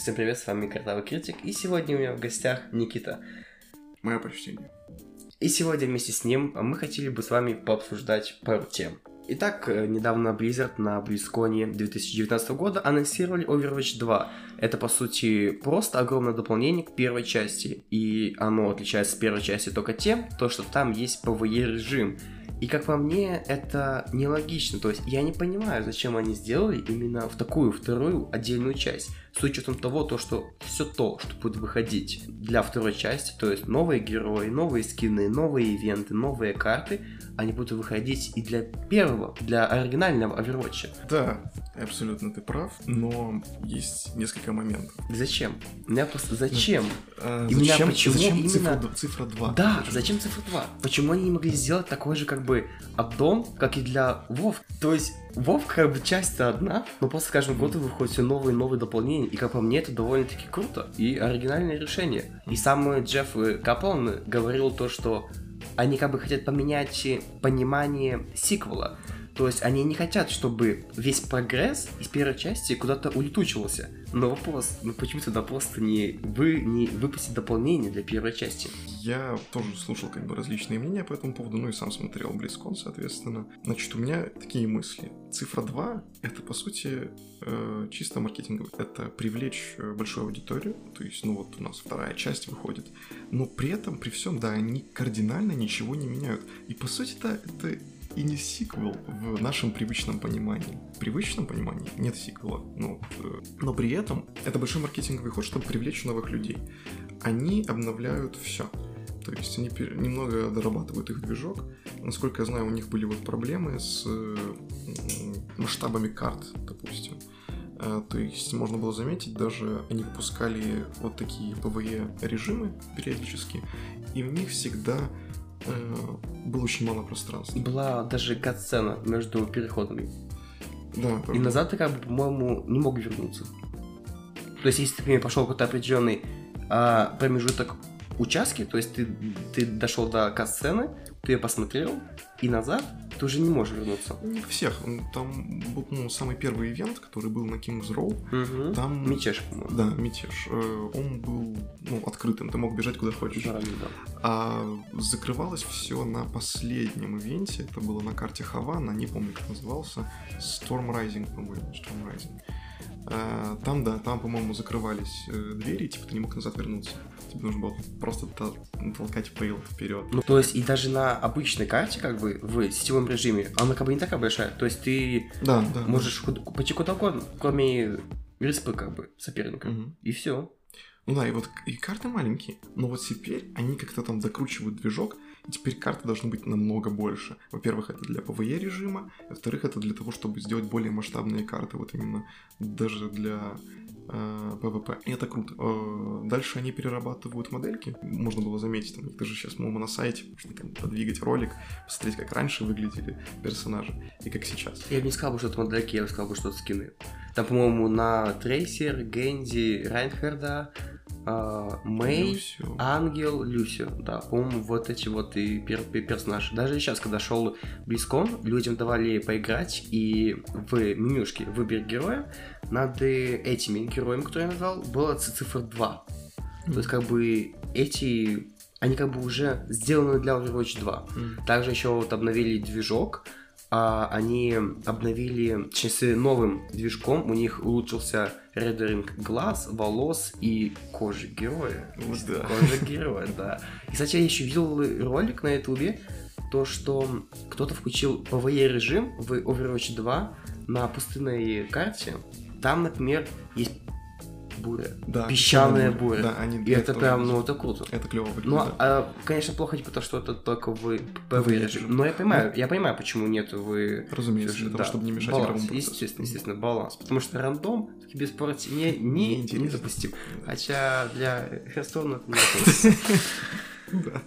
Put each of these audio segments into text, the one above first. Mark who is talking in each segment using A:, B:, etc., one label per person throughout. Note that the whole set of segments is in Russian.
A: Всем привет, с вами Картавый Критик, и сегодня у меня в гостях Никита.
B: Мое почтение.
A: И сегодня вместе с ним мы хотели бы с вами пообсуждать пару тем. Итак, недавно Blizzard на BlizzCon 2019 года анонсировали Overwatch 2. Это, по сути, просто огромное дополнение к первой части, и оно отличается с первой части только тем, что там есть PvE-режим. И как по мне, это нелогично, то есть я не понимаю, зачем они сделали именно в такую вторую отдельную часть, с учетом того, что все то, что будет выходить для второй части, то есть новые герои, новые скины, новые ивенты, новые карты, они будут выходить и для первого, для оригинального Overwatch.
B: Да, абсолютно ты прав, но есть несколько моментов.
A: Зачем? Меня просто зачем?
B: Зачем
A: Именно
B: цифра 2?
A: Да, зачем цифра 2? Почему они не могли сделать такой же аддон, как и для WoW? То есть WoW часть-то одна, но после с каждым годом выходят все новые и новые дополнения, и как по мне это довольно-таки круто и оригинальное решение. И сам Джефф Каплан говорил что они хотят поменять понимание сиквела. То есть они не хотят, чтобы весь прогресс из первой части куда-то улетучивался. Но вопрос, почему тогда просто не выпустить дополнение для первой части?
B: Я тоже слушал различные мнения по этому поводу, и сам смотрел BlizzCon, соответственно. Значит, у меня такие мысли. Цифра 2 — это, по сути, чисто маркетинговый. Это привлечь большую аудиторию, то есть, у нас вторая часть выходит. Но при этом, при всем, да, они кардинально ничего не меняют. И, по сути, да, это и не сиквел в нашем привычном понимании. В привычном понимании нет сиквела, но при этом это большой маркетинговый ход, чтобы привлечь новых людей. Они обновляют все. То есть они немного дорабатывают их движок. Насколько я знаю, у них были проблемы с масштабами карт, допустим. То есть можно было заметить, даже они выпускали такие PvE-режимы периодически, и в них всегда было очень мало пространства.
A: Была даже кат-сцена между переходами.
B: Да,
A: и назад ты, по-моему, не мог вернуться. То есть, если ты, например, пошел какой-то определенный промежуток участки, то есть ты дошел до кат-сцены, ты ее посмотрел, и назад ты уже не можешь вернуться.
B: Не всех. Там был, самый первый ивент, который был на King's Row.
A: Угу.
B: Там...
A: Мятеж, по-моему.
B: Да, мятеж. Он был, открытым, ты мог бежать куда хочешь.
A: Да.
B: А закрывалось все на последнем ивенте. Это было на карте Хавана, не помню, как назывался. Storm Rising, по-моему. Там, по-моему, закрывались двери, ты не мог назад вернуться. Тебе нужно было просто толкать фейл вперед.
A: То есть, и даже на обычной карте, в сетевом режиме, она не такая большая. То есть, ты можешь пойти куда угодно, кроме респы, соперника.
B: Угу.
A: И все.
B: И карты маленькие. Но теперь они как-то там докручивают движок, и теперь карты должны быть намного больше. Во-первых, это для PvE режима, во-вторых, это для того, чтобы сделать более масштабные карты, именно даже для PvP. И это круто. Дальше они перерабатывают модельки. Можно было заметить, их даже сейчас, по-моему, на сайте, можно подвигать ролик, посмотреть, как раньше выглядели персонажи и как сейчас.
A: Я бы не сказал, что это модельки, я бы сказал, что это скины. Там, по-моему, на Трейсер, Генди, Райнхарда, Мэй,
B: Люсио.
A: Ангел, Люсио. Да, по-моему, эти и персонажи. Даже сейчас, когда шел BlizzCon, людям давали поиграть, и в менюшке «Выбери героя» над этими героями, которые я назвал, была цифра 2. То есть, эти, они уже сделаны для Overwatch 2. Также еще обновили движок, они обновили, с новым движком, у них улучшился рендеринг глаз, волос и кожи героя.
B: Да.
A: Кожа героя, да. И, кстати, я еще видел ролик на ютубе, что кто-то включил PvE режим в Overwatch 2 на пустынной карте. Там, например, есть буря.
B: Да,
A: песчаная буря.
B: Да,
A: и это прям, это круто.
B: Это клево выглядит.
A: Но, конечно, плохо, потому что это только в PvE режим. Но я понимаю, почему нет в...
B: Разумеется, для того, чтобы не мешать игровому процессу.
A: Естественно, баланс. Потому что рандом без порти не допустим. Хотя для Херстона это не относится.
B: Да.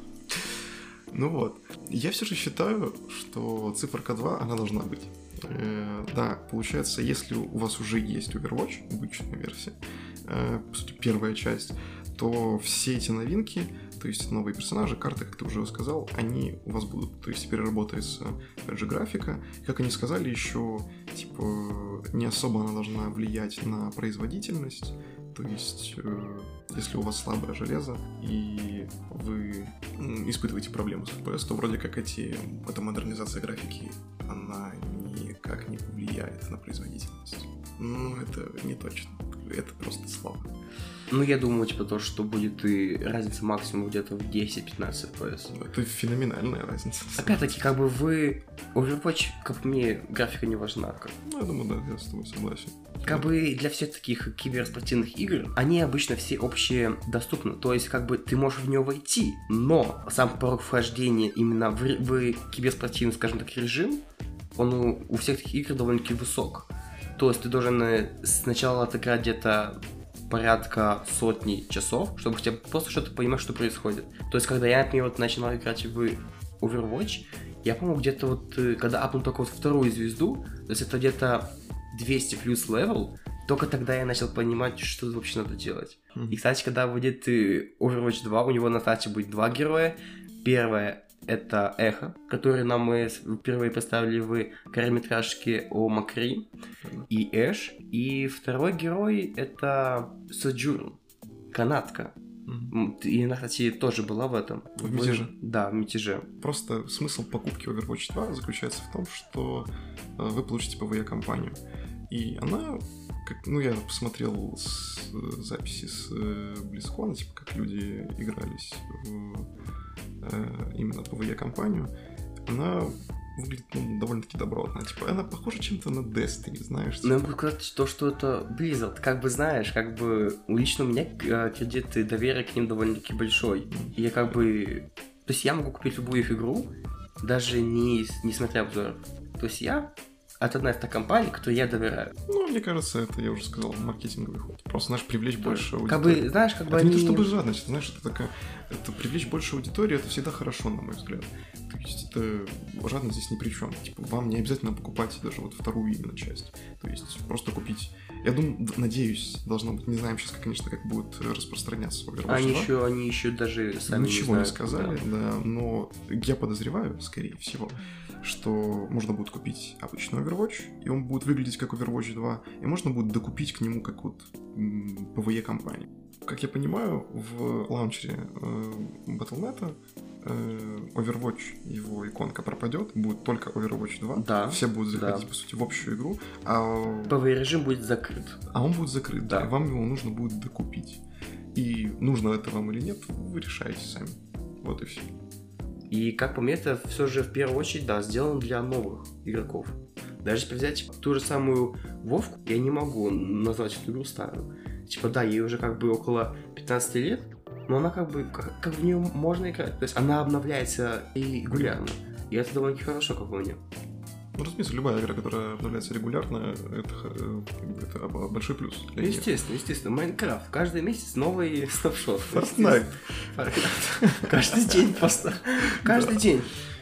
B: Я все же считаю, что циферка 2, она должна быть. Да, получается, если у вас уже есть Overwatch, обычная версия, по сути, первая часть, то все эти новинки, то есть новые персонажи, карты, как ты уже сказал, они у вас будут. То есть теперь работается, опять же, графика. Как они сказали, еще, не особо она должна влиять на производительность. То есть, если у вас слабое железо, и вы испытываете проблемы с FPS, то вроде как эта модернизация графики, она никак не повлияет на производительность. Ну, это не точно. Это просто слабо.
A: Ну, я думаю, типа, то, что будет и разница максимум где-то в 10-15 FPS.
B: Это феноменальная разница.
A: Опять-таки, как бы Overwatch, как по мне, графика не важна.
B: Ну, я думаю, да, я с тобой согласен.
A: Как бы для всех таких киберспортивных игр, они обычно все общие доступны. То есть, как бы, ты можешь в него войти, но сам порог вхождения именно в киберспортивный, скажем так, режим, он у всех таких игр довольно-таки высок. То есть, ты должен сначала отыграть где-то порядка сотни часов, чтобы хотя бы просто что-то понимать, что происходит. То есть, когда я, например, начинал играть в Overwatch, я помню, где-то вот, когда апнул только вот вторую звезду, то есть это где-то 200 плюс левел, только тогда я начал понимать, что вообще надо делать. И, кстати, когда выйдет Overwatch 2, у него на старте будет два героя. Первое — это Эхо, который нам мы впервые представили в короткометражке о Макри, и Эш. И второй герой — это Соджурн, канадка. И она, кстати, тоже была в этом.
B: В мятеже?
A: Да, в мятеже.
B: Просто смысл покупки Overwatch 2 заключается в том, что вы получите PvE-компанию. И она, я посмотрел записи с BlizzCon, типа, как люди игрались в именно PvE-компанию. Она выглядит довольно-таки добротно. Типа, она похожа чем-то на Destiny, знаешь?
A: Ну, я могу сказать то, что это Blizzard. Как бы, знаешь, как бы лично у меня кредит доверия к ним довольно-таки большой. И я как бы... То есть я могу купить любую их игру, даже не смотря обзоров. То есть это одна из тех компаний, которой я доверяю.
B: Ну, мне кажется, это, я уже сказал, маркетинговый ход. Просто, знаешь, привлечь больше аудитории.
A: Как бы, знаешь, как бы
B: это
A: они...
B: не то чтобы жадность, знаешь, это привлечь больше аудитории, это всегда хорошо, на мой взгляд. То есть это жадность здесь ни при чем. Типа, вам не обязательно покупать даже вот вторую именно часть. То есть просто купить. Я думаю, надеюсь, должно быть, не знаем сейчас, конечно, как будет распространяться Overwatch 2.
A: Они еще даже сами
B: ничего
A: не
B: не сказали, да, но я подозреваю, скорее всего, что можно будет купить обычный Overwatch, и он будет выглядеть как Overwatch 2, и можно будет докупить к нему как вот PvE-компанию. Как я понимаю, в лаунчере Battle.net Overwatch, его иконка пропадет, будет только Overwatch 2,
A: да,
B: все будут заходить, по сути, в общую игру,
A: PvE-режим будет закрыт.
B: А он будет закрыт,
A: да,
B: и вам его нужно будет докупить. И нужно это вам или нет, вы решаете сами. Вот и все.
A: И, как по мне, это все же в первую очередь, да, сделано для новых игроков. Даже если взять ту же самую Вовку, я не могу назвать эту игру старую. Типа, да, ей уже как бы около 15 лет, но она как бы, как в нее можно играть. То есть она обновляется регулярно. И это довольно-таки хорошо, как по мне.
B: Ну, разумеется, любая игра, которая обновляется регулярно, это большой плюс.
A: Естественно. Майнкрафт. Каждый месяц новый снапшот.
B: Fortnite.
A: Каждый день просто. Каждый день.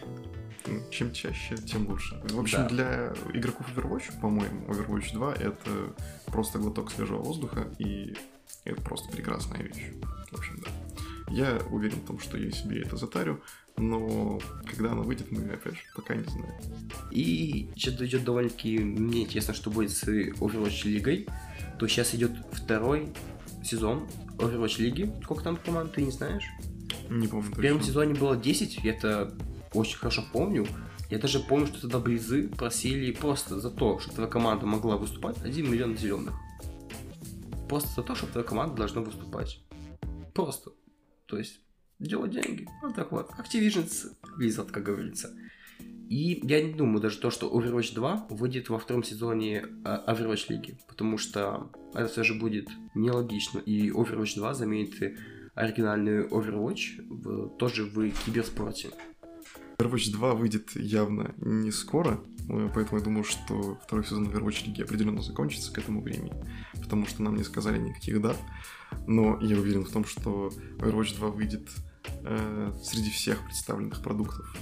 B: Чем чаще, тем лучше. В общем, для игроков Overwatch, по-моему, Overwatch 2 это просто глоток свежего воздуха, и это просто прекрасная вещь. В общем, да. Я уверен в том, что я себе это затарю, но когда она выйдет, мы, опять же, пока не знаем.
A: И что-то идет довольно-таки... Мне интересно, что будет с Overwatch Лигой. То сейчас идет второй сезон Overwatch Лиги. Сколько там команд, ты не знаешь?
B: Не помню точно.
A: В первом сезоне было 10, я это очень хорошо помню. Я даже помню, что тогда Близы просили просто за то, что твоя команда могла выступать, 1 миллион зеленых. Просто за то, что твоя команда должна выступать. Просто. То есть, делать деньги. Вот так вот. Activision Blizzard, как говорится. И я не думаю даже то, что Overwatch 2 выйдет во втором сезоне Overwatch Лиги. Потому что это все же будет нелогично. И Overwatch 2 заменит оригинальный Overwatch тоже в киберспорте.
B: Overwatch 2 выйдет явно не скоро, поэтому я думаю, что второй сезон Overwatch Лиги определенно закончится к этому времени, потому что нам не сказали никаких дат, но я уверен в том, что Overwatch 2 выйдет среди всех представленных продуктов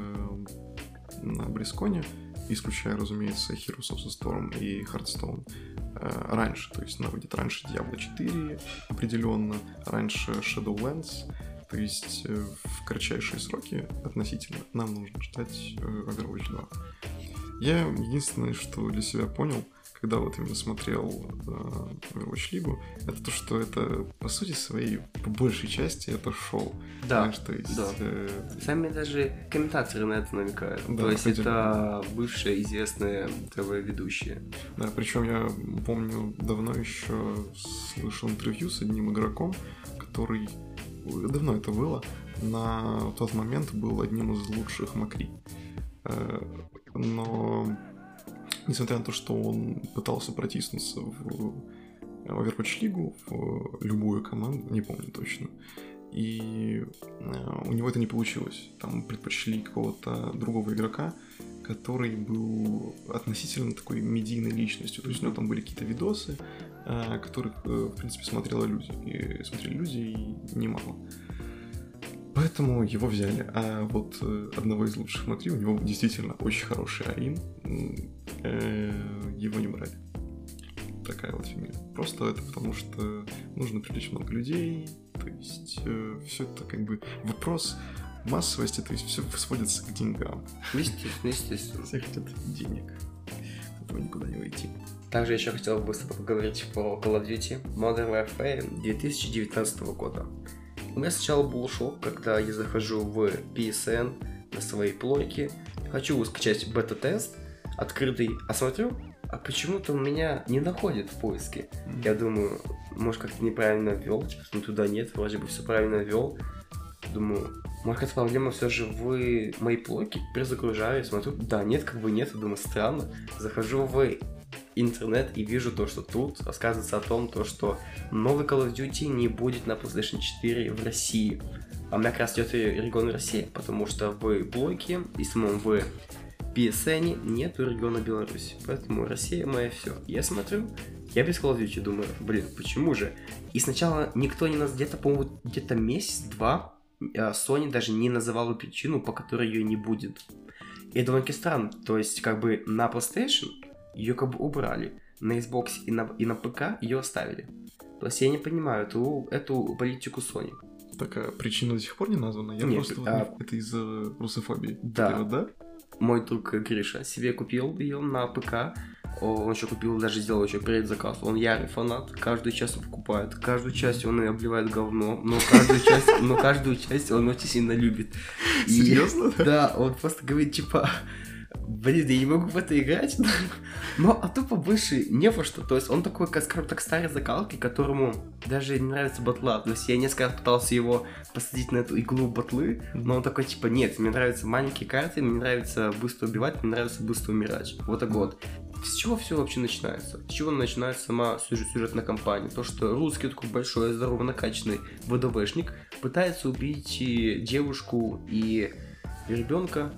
B: на BlizzCon, исключая, разумеется, Heroes of the Storm и Hearthstone, раньше, то есть она выйдет раньше Diablo 4 определенно, раньше Shadowlands. То есть в кратчайшие сроки относительно нам нужно ждать Overwatch 2. Я единственное, что для себя понял, когда вот именно смотрел Overwatch League, это то, что это, по сути своей, по большей части, это шоу.
A: Да,
B: знаешь, то есть,
A: да. Сами даже комментаторы на это намекают.
B: Да,
A: то есть
B: хотя бы.
A: это бывшие известные ТВ-ведущие.
B: Да, причем я помню, давно еще слышал интервью с одним игроком, который, давно это было, на тот момент был одним из лучших Макри. Но несмотря на то, что он пытался протиснуться в Overwatch League, в любую команду, не помню точно, и у него это не получилось. Там предпочли какого-то другого игрока, который был относительно такой медийной личностью. То есть у него там были какие-то видосы, которых, в принципе, смотрели люди, и немало. Поэтому его взяли. А вот одного из лучших Макри, у него действительно очень хороший АИМ, его не брали. Такая вот фигня. Просто это потому, что нужно привлечь много людей. То есть все это как бы вопрос массовости, то есть все сводится к деньгам.
A: Естественно.
B: Все хотят денег. От этого никуда не уйти.
A: Также еще хотел бы поговорить про Call of Duty Modern Warfare 2019 года. У меня сначала был шок, когда я захожу в PSN на своей плойке, хочу скачать бета-тест, открытый, а смотрю, а почему-то он меня не находит в поиске. Я думаю, может, как-то неправильно ввел, ну туда нет, вроде бы все правильно ввел. Думаю, может, какая-то проблема все же в моей плойке, перезагружаю, смотрю, да, нет, как бы нет, думаю, странно. Захожу в интернет и вижу то, что тут рассказывается о том, то, что новый Call of Duty не будет на PlayStation 4 в России. А у меня как раз идет регион России, потому что в блоке и самом в PSN нету региона Беларусь. Поэтому Россия моя все. Я смотрю, я без Call of Duty думаю, почему же? И сначала никто не нас где-то, по-моему, где-то месяц-два Sony даже не называла причину, по которой ее не будет. И это довольно странно. То есть, как бы на PlayStation ее как бы убрали, на Xbox и на ПК ее оставили. То есть я не понимаю эту политику Sony.
B: Так, причина до сих пор не названа? Я
A: Нет,
B: просто... Это из-за русофобии?
A: Да.
B: Да?
A: Мой друг Гриша себе купил ее на ПК. Он еще купил, даже сделал еще предзаказ. Он ярый фанат, каждую часть он покупает. Каждую часть он и обливает говно, но каждую часть он очень сильно любит.
B: Серьезно?
A: Да, он просто говорит, типа... я не могу в это играть, но тупо больше не во что. То есть он такой, скажем так, старой закалки, которому даже не нравится батла. То есть я несколько раз пытался его посадить на эту иглу батлы, но он такой, типа, нет, мне нравятся маленькие карты, мне нравится быстро убивать, мне нравится быстро умирать. Вот так вот. С чего все вообще начинается? С чего начинается сама сюжетная кампания? То, что русский такой большой, здоровый, накачанный ВДВшник пытается убить девушку и ребенка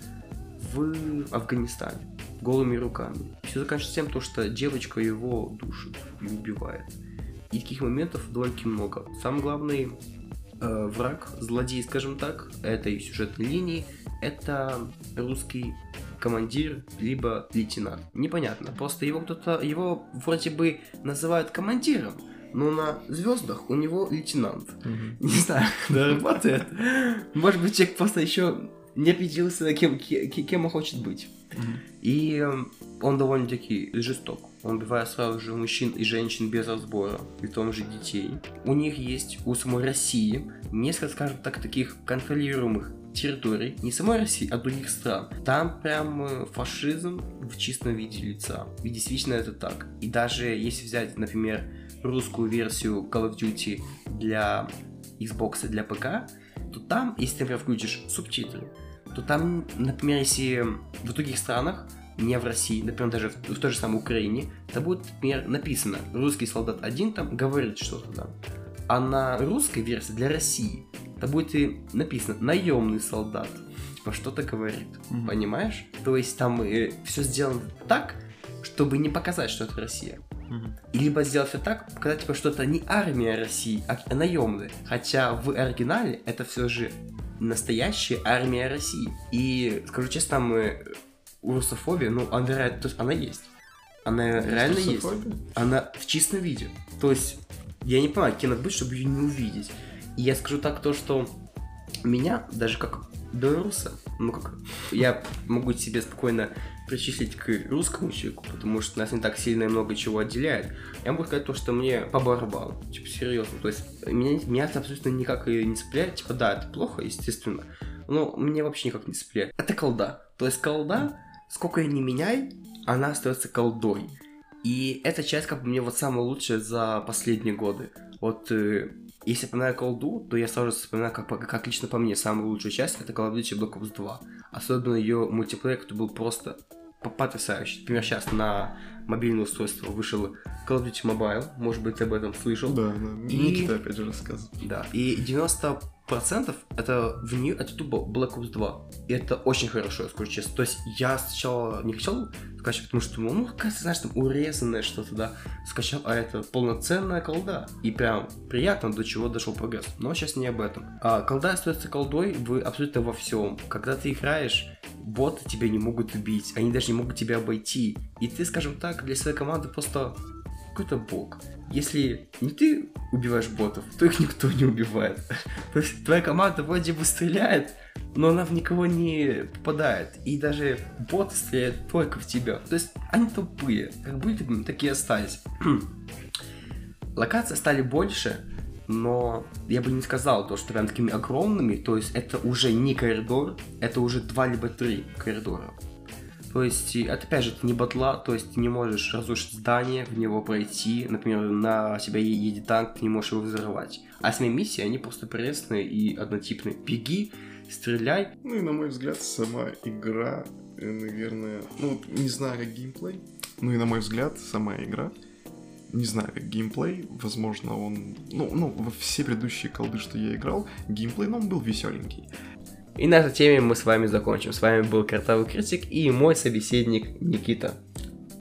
A: в Афганистане голыми руками. Все заканчивается тем, что девочка его душит и убивает. И таких моментов довольно много. Самый главный враг, злодей, скажем так, этой сюжетной линии, это русский командир, либо лейтенант. Непонятно. Просто его вроде бы называют командиром, но на звездах у него лейтенант. Не знаю, как это работает. Может быть, человек просто еще не определился, кем он хочет быть. И он довольно-таки жесток. Он убивает сразу же мужчин и женщин без разбора, и в том же детей. У них есть, у самой России, несколько, скажем так, таких контролируемых территорий, не самой России, а других стран. Там прям фашизм в чистом виде лица. И действительно это так. И даже если взять, например, русскую версию Call of Duty для Xbox и для ПК, то там, если ты, например, включишь субтитры, то там, например, если в других странах, не в России, например, даже в той же самой Украине, это будет, например, написано «Русский солдат 1» там говорит что-то там. А на русской версии для России это будет и написано «Наемный солдат», типа что-то говорит, понимаешь? То есть там все сделано так, чтобы не показать, что это Россия. И либо сделать все так, показать, типа, что это не армия России, а наемные. Хотя в оригинале это все же настоящая армия России. И, скажу честно, русофобия, она есть. Она реально есть. Она в чистом виде. То есть, я не понимаю, кем надо быть, чтобы ее не увидеть. И я скажу так, то, что меня, даже как белоруса, я могу себе спокойно причислить к русскому человеку, потому что нас не так сильно и много чего отделяет. Я могу сказать то, что мне по барабану. Типа, серьезно. То есть, меня это абсолютно никак и не цепляет. Типа, да, это плохо, естественно. Но мне вообще никак не цепляет. Это колда. То есть, колда, сколько я не меняй, она остается колдой. И эта часть, как бы, мне вот самая лучшая за последние годы. Вот, если я вспоминаю колду, то я сразу вспоминаю, как лично по мне, самая лучшая часть, это Call of Duty Black Ops 2. Особенно ее мультиплеер, который был просто потрясающий. Например, сейчас на мобильное устройство вышел Call of Duty Mobile, может быть, ты об этом слышал.
B: Да, Никита опять же рассказывал.
A: Да, и 90% это в нее, это тупо Black Ops 2. И это очень хорошо, я скажу честно. То есть я сначала не хотел скачивать, потому что, ну, кажется, знаешь, там урезанное что-то, да, скачал, а это полноценная колда. И прям приятно, до чего дошел прогресс. Но сейчас не об этом. А колда остается колдой абсолютно во всем. Когда ты играешь, боты тебя не могут убить, они даже не могут тебя обойти. И ты, скажем так, для своей команды просто какой-то бог. Если не ты убиваешь ботов, то их никто не убивает. То есть твоя команда вроде бы стреляет, но она в никого не попадает. И даже боты стреляют только в тебя. То есть они тупые. Как были, такие и остались. Локации стали больше, но я бы не сказал то, что прям такими огромными. То есть это уже не коридор, это уже 2 либо 3 коридора. То есть, это опять же, это не батла, то есть ты не можешь разрушить здание, в него пройти, например, на себя едет танк, ты не можешь его взорвать. А сами миссии, они просто пресные и однотипные. Беги, стреляй.
B: Ну и на мой взгляд, сама игра, наверное, ну не знаю как геймплей, ну и на мой взгляд, сама игра, не знаю как геймплей, возможно он, ну во все предыдущие колды, что я играл, геймплей, но он был веселенький.
A: И на этой теме мы с вами закончим. С вами был Картавый Критик и мой собеседник Никита.